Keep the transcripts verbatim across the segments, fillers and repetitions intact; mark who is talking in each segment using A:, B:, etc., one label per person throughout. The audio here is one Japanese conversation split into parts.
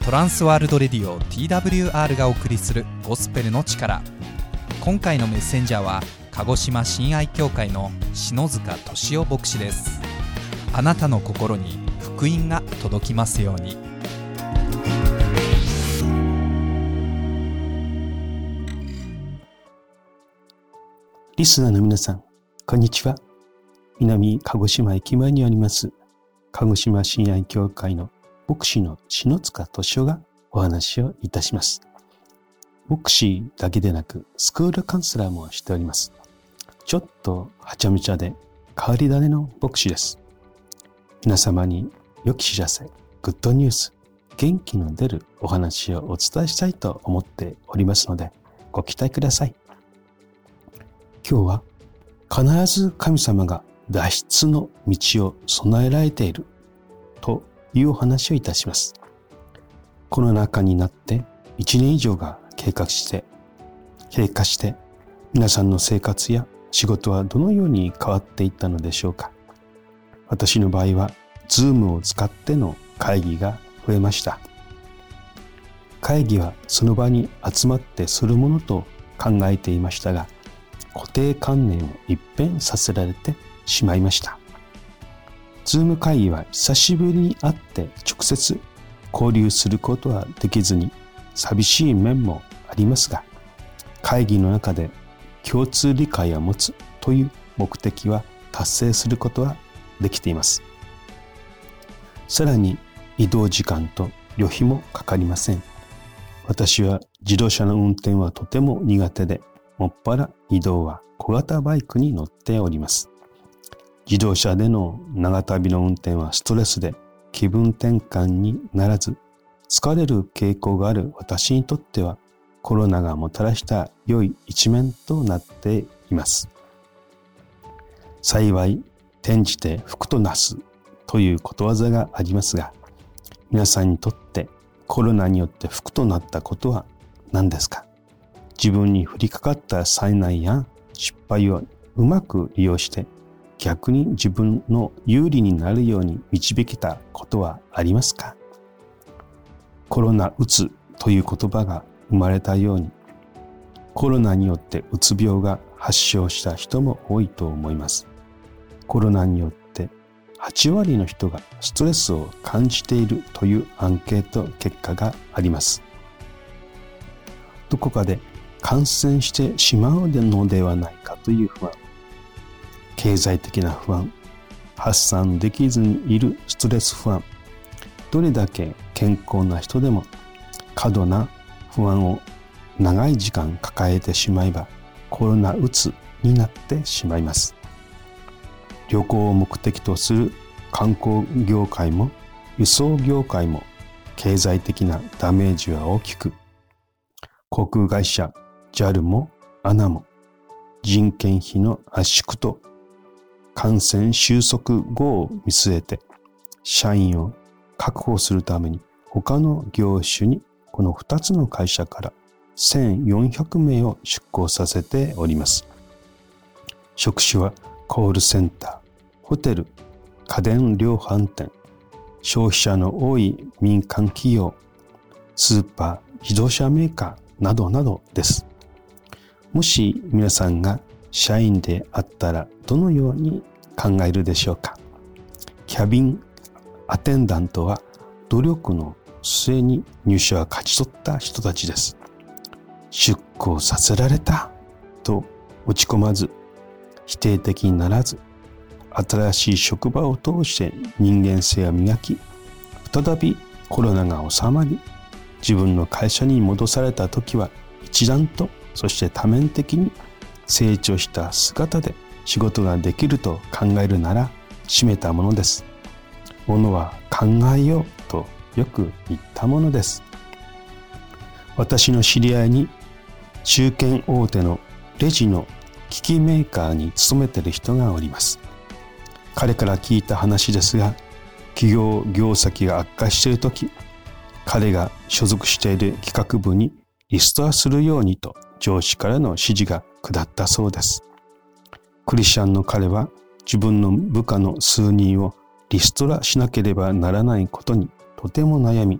A: トランスワールドレディオ ティーダブリューアール がお送りするゴスペルの力。今回のメッセンジャーは鹿児島親愛教会の篠塚俊夫牧師です。あなたの心に福音が届きますように。
B: リスナーの皆さん、こんにちは。南鹿児島駅前にあります鹿児島親愛教会の牧師の篠塚俊夫がお話をいたします。牧師だけでなくスクールカウンセラーもしております。ちょっとはちゃめちゃで変わり種の牧師です。皆様に良き知らせ、グッドニュース、元気の出るお話をお伝えしたいと思っておりますのでご期待ください。今日は必ず神様が脱出の道を備えられているというお話をいたします。コロナ禍になっていちねん以上が経過して経過して皆さんの生活や仕事はどのように変わっていったのでしょうか。私の場合は Zoom を使っての会議が増えました。会議はその場に集まってするものと考えていましたが、固定観念を一変させられてしまいました。ズーム会議は久しぶりに会って直接交流することはできずに寂しい面もありますが、会議の中で共通理解を持つという目的は達成することはできています。さらに移動時間と旅費もかかりません。私は自動車の運転はとても苦手で、もっぱら移動は小型バイクに乗っております。自動車での長旅の運転はストレスで気分転換にならず、疲れる傾向がある私にとってはコロナがもたらした良い一面となっています。幸い転じて福となすということわざがありますが、皆さんにとってコロナによって福となったことは何ですか？自分に降りかかった災難や失敗をうまく利用して逆に自分の有利になるように導けたことはありますか？コロナうつという言葉が生まれたように、コロナによってうつ病が発症した人も多いと思います。コロナによってはちわりの人がストレスを感じているというアンケート結果があります。どこかで感染してしまうのではないかという不安、経済的な不安、発散できずにいるストレス不安、どれだけ健康な人でも過度な不安を長い時間抱えてしまえばコロナうつになってしまいます。旅行を目的とする観光業界も輸送業界も経済的なダメージは大きく、航空会社ジャル も アナ も人件費の圧縮と感染収束後を見据えて社員を確保するために他の業種にこのふたつの会社からせんよんひゃくめいを出向させております。職種はコールセンター、ホテル、家電量販店、消費者の多い民間企業、スーパー、自動車メーカーなどなどです。もし皆さんが社員であったらどのように考えるでしょうか。キャビンアテンダントは努力の末に入社を勝ち取った人たちです。出向させられたと落ち込まず、否定的にならず、新しい職場を通して人間性を磨き、再びコロナが収まり、自分の会社に戻された時は一段と、そして多面的に成長した姿で仕事ができると考えるなら締めたものです。ものは考えようとよく言ったものです。私の知り合いに中堅大手のレジの機器メーカーに勤めている人がおります。彼から聞いた話ですが、企業業績が悪化しているとき、彼が所属している企画部にリストラするようにと上司からの指示が下ったそうです。クリスチャンの彼は自分の部下の数人をリストラしなければならないことにとても悩み、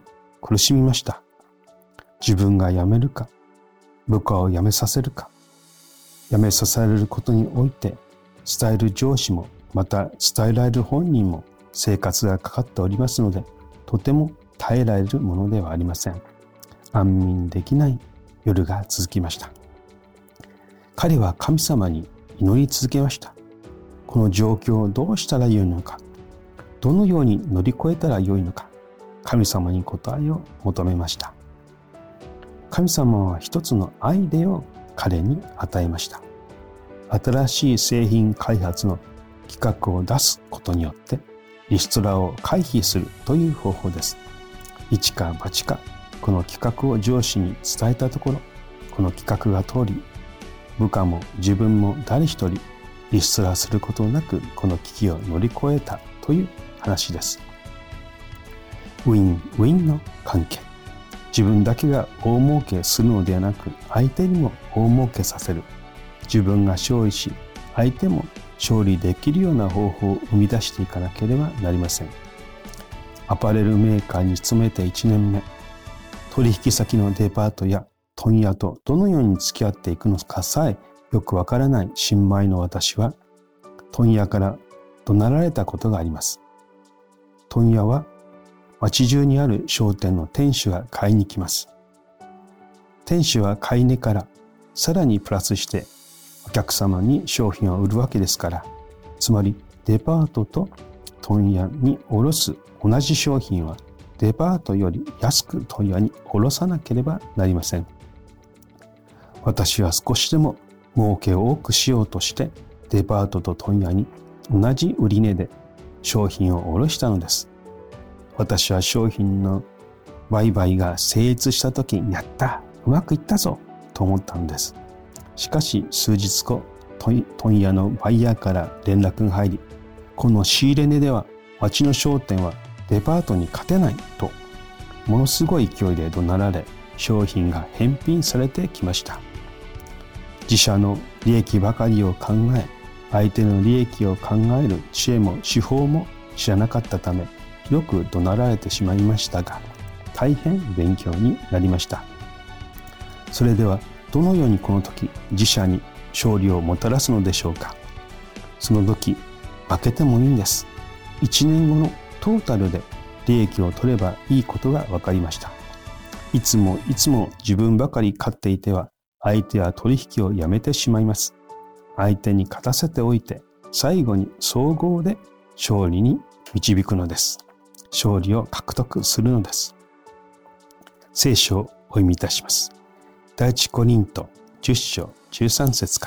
B: 苦しみました。自分が辞めるか、部下を辞めさせるか、辞めさせられることにおいて、伝える上司も、また伝えられる本人も生活がかかっておりますので、とても耐えられるものではありません。安眠できない夜が続きました。彼は神様に祈り続けました。この状況をどうしたらよいのか、どのように乗り越えたらよいのか、神様に答えを求めました。神様は一つのアイデアを彼に与えました。新しい製品開発の企画を出すことによってリストラを回避するという方法です。一か八かこの企画を上司に伝えたところ、この企画が通り、部下も自分も誰一人リストラすることなくこの危機を乗り越えたという話です。ウィンウィンの関係。自分だけが大儲けするのではなく、相手にも大儲けさせる。自分が勝利し、相手も勝利できるような方法を生み出していかなければなりません。アパレルメーカーに勤めていちねんめ、取引先のデパートや問屋とどのように付き合っていくのかさえよくわからない新米の私は、問屋から怒鳴られたことがあります。問屋は町中にある商店の店主が買いに来ます。店主は買い値からさらにプラスしてお客様に商品を売るわけですから、つまりデパートと問屋に卸す同じ商品はデパートより安く問屋に卸さなければなりません。私は少しでも儲けを多くしようとしてデパートと問屋に同じ売値で商品を卸したのです。私は商品の売買が成立したとき、やった、うまくいったぞと思ったのです。しかし数日後、問屋のバイヤーから連絡が入り、この仕入れ値では町の商店はデパートに勝てないと、ものすごい勢いで怒鳴られ、商品が返品されてきました。自社の利益ばかりを考え、相手の利益を考える知恵も手法も知らなかったため、ひどく怒鳴られてしまいましたが、大変勉強になりました。それではどのようにこの時自社に勝利をもたらすのでしょうか。その時負けてもいいんです。いちねんごのトータルで利益を取ればいいことが分かりました。いつもいつも自分ばかり勝っていては相手は取引をやめてしまいます。相手に勝たせておいて最後に総合で勝利に導くのです。勝利を獲得するのです。聖書をお読みいたします。第一コリントじゅっ章じゅうさん節から。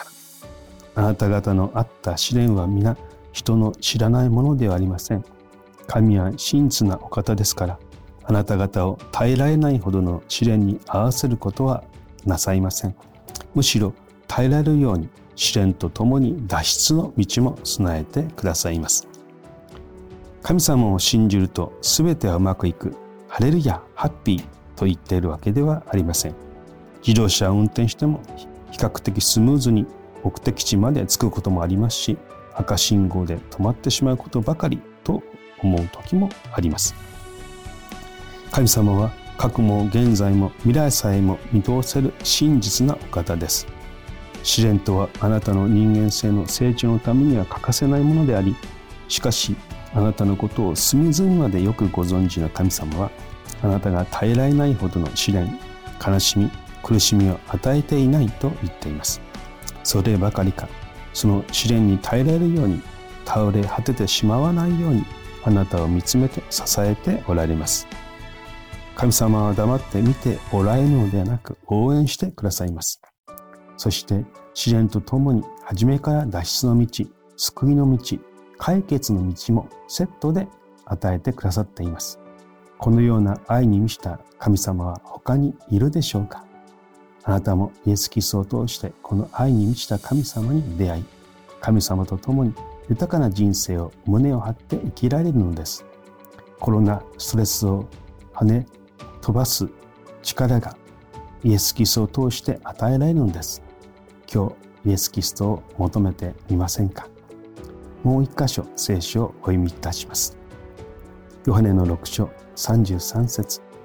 B: あなた方のあった試練は皆人の知らないものではありません。神は真実なお方ですから、あなた方を耐えられないほどの試練に合わせることはなさいません。むしろ耐えられるように試練とともに脱出の道も備えてくださいます。神様を信じるとすべてはうまくいく、ハレルヤ、ハッピーと言っているわけではありません。自動車を運転しても比較的スムーズに目的地まで着くこともありますし、赤信号で止まってしまうことばかりと思う時もあります。神様は過去も現在も未来さえも見通せる真実なお方です。試練とはあなたの人間性の成長のためには欠かせないものであり、しかしあなたのことを隅々までよくご存知の神様は、あなたが耐えられないほどの試練、悲しみ、苦しみを与えていないと言っています。そればかりか、その試練に耐えられるように、倒れ果ててしまわないように、あなたを見つめて支えておられます。神様は黙って見ておられるのではなく、応援してくださいます。そして試練とともに初めから脱出の道、救いの道、解決の道もセットで与えてくださっています。このような愛に満ちた神様は他にいるでしょうか。あなたもイエス・キリストを通してこの愛に満ちた神様に出会い、神様と共に豊かな人生を胸を張って生きられるのです。コロナ、ストレスを跳ね飛ばす力がイエス・キリストを通して与えられるのです。今日イエス・キリストを求めてみませんか。もう一箇所聖書をお読みいたします。ヨハネのろく章さんじゅうさん節。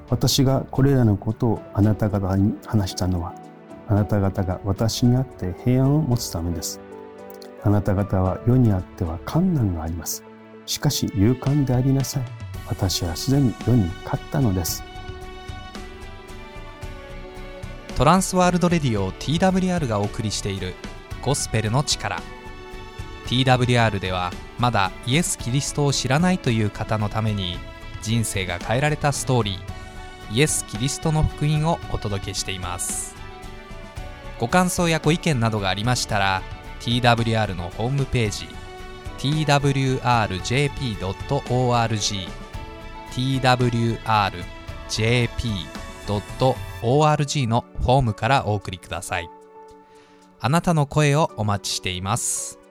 B: 私がこれらのことをあなた方に話したのは、あなた方が私にあって平安を持つためです。あなた方は世にあっては困難があります。しかし勇敢でありなさい。私はすでに世に勝ったのです。
A: トランスワールドレディオ ティーダブリューアール がお送りしているゴスペルの力。 ティーダブリューアール ではまだイエス・キリストを知らないという方のために人生が変えられたストーリー、イエス・キリストの福音をお届けしています。ご感想やご意見などがありましたら ティーダブリューアール のホームページ ティーダブリューアールジェーピードットオーアールジー ティーダブリューアールジェーピードットオーアールジー のフォームからお送りください。あなたの声をお待ちしています。